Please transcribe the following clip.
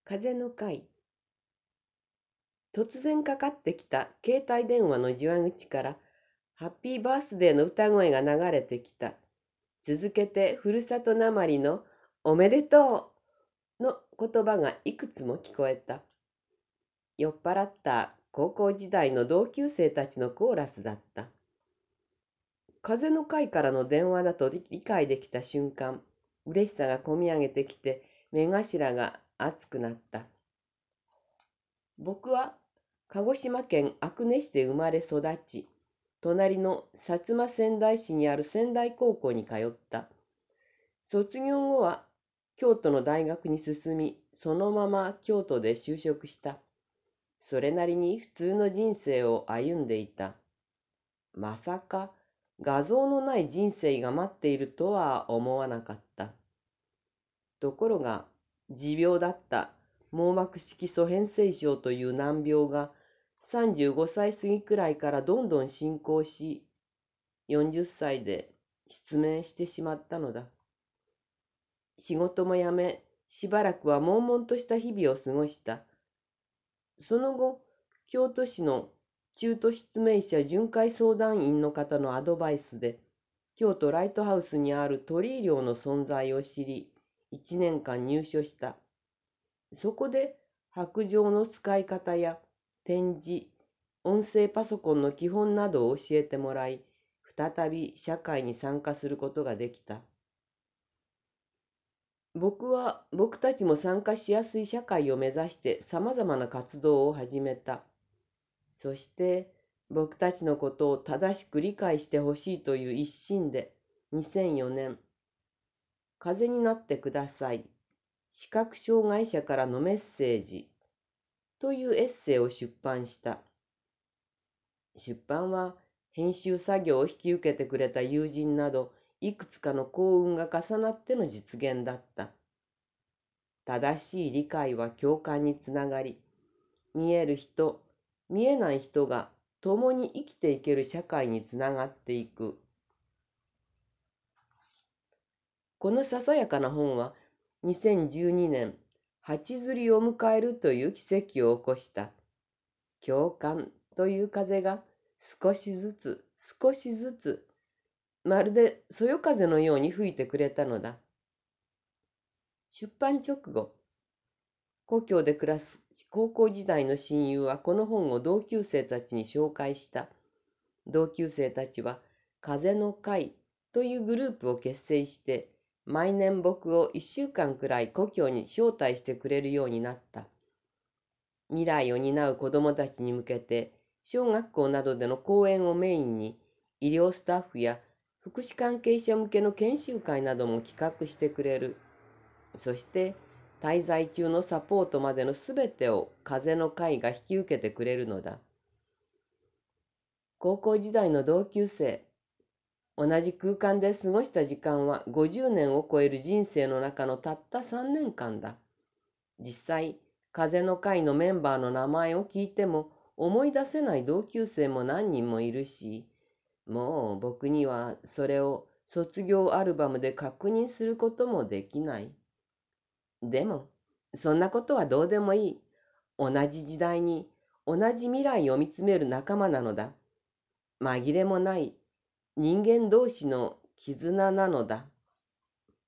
風の会。突然かかってきた携帯電話の受話口からハッピーバースデーの歌声が流れてきた。続けてふるさとなまりのおめでとうの言葉がいくつも聞こえた。酔っ払った高校時代の同級生たちのコーラスだった。風の会からの電話だと理解できた瞬間、嬉しさがこみ上げてきて目頭が熱くなった。僕は鹿児島県阿久根市で生まれ育ち、隣の薩摩川内市にある仙台高校に通った。卒業後は京都の大学に進み、そのまま京都で就職した。それなりに普通の人生を歩んでいた。まさか画像のない人生が待っているとは思わなかった。ところが持病だった網膜色素変性症という難病が35歳過ぎくらいからどんどん進行し、40歳で失明してしまったのだ。仕事も辞め、しばらくは悶々とした日々を過ごした。その後、京都市の中途失明者巡回相談員の方のアドバイスで、京都ライトハウスにある鳥居寮の存在を知り、1年間入所した。そこで白杖の使い方や点字、音声パソコンの基本などを教えてもらい、再び社会に参加することができた。僕たちも参加しやすい社会を目指して様々な活動を始めた。そして僕たちのことを正しく理解してほしいという一心で2004年、風になってください。視覚障害者からのメッセージというエッセイを出版した。出版は編集作業を引き受けてくれた友人などいくつかの幸運が重なっての実現だった。正しい理解は共感につながり、見える人、見えない人が共に生きていける社会につながっていく。このささやかな本は2012年、8釣りを迎えるという奇跡を起こした。共感という風が少しずつ少しずつ、まるでそよ風のように吹いてくれたのだ。出版直後、故郷で暮らす高校時代の親友はこの本を同級生たちに紹介した。同級生たちは風の会というグループを結成して、毎年僕を1週間くらい故郷に招待してくれるようになった。未来を担う子どもたちに向けて、小学校などでの講演をメインに、医療スタッフや福祉関係者向けの研修会なども企画してくれる。そして、滞在中のサポートまでのすべてを風の会が引き受けてくれるのだ。高校時代の同級生、同じ空間で過ごした時間は50年を超える人生の中のたった3年間だ。実際、風の会のメンバーの名前を聞いても思い出せない同級生も何人もいるし、もう僕にはそれを卒業アルバムで確認することもできない。でも、そんなことはどうでもいい。同じ時代に同じ未来を見つめる仲間なのだ。紛れもない人間同士の絆なのだ。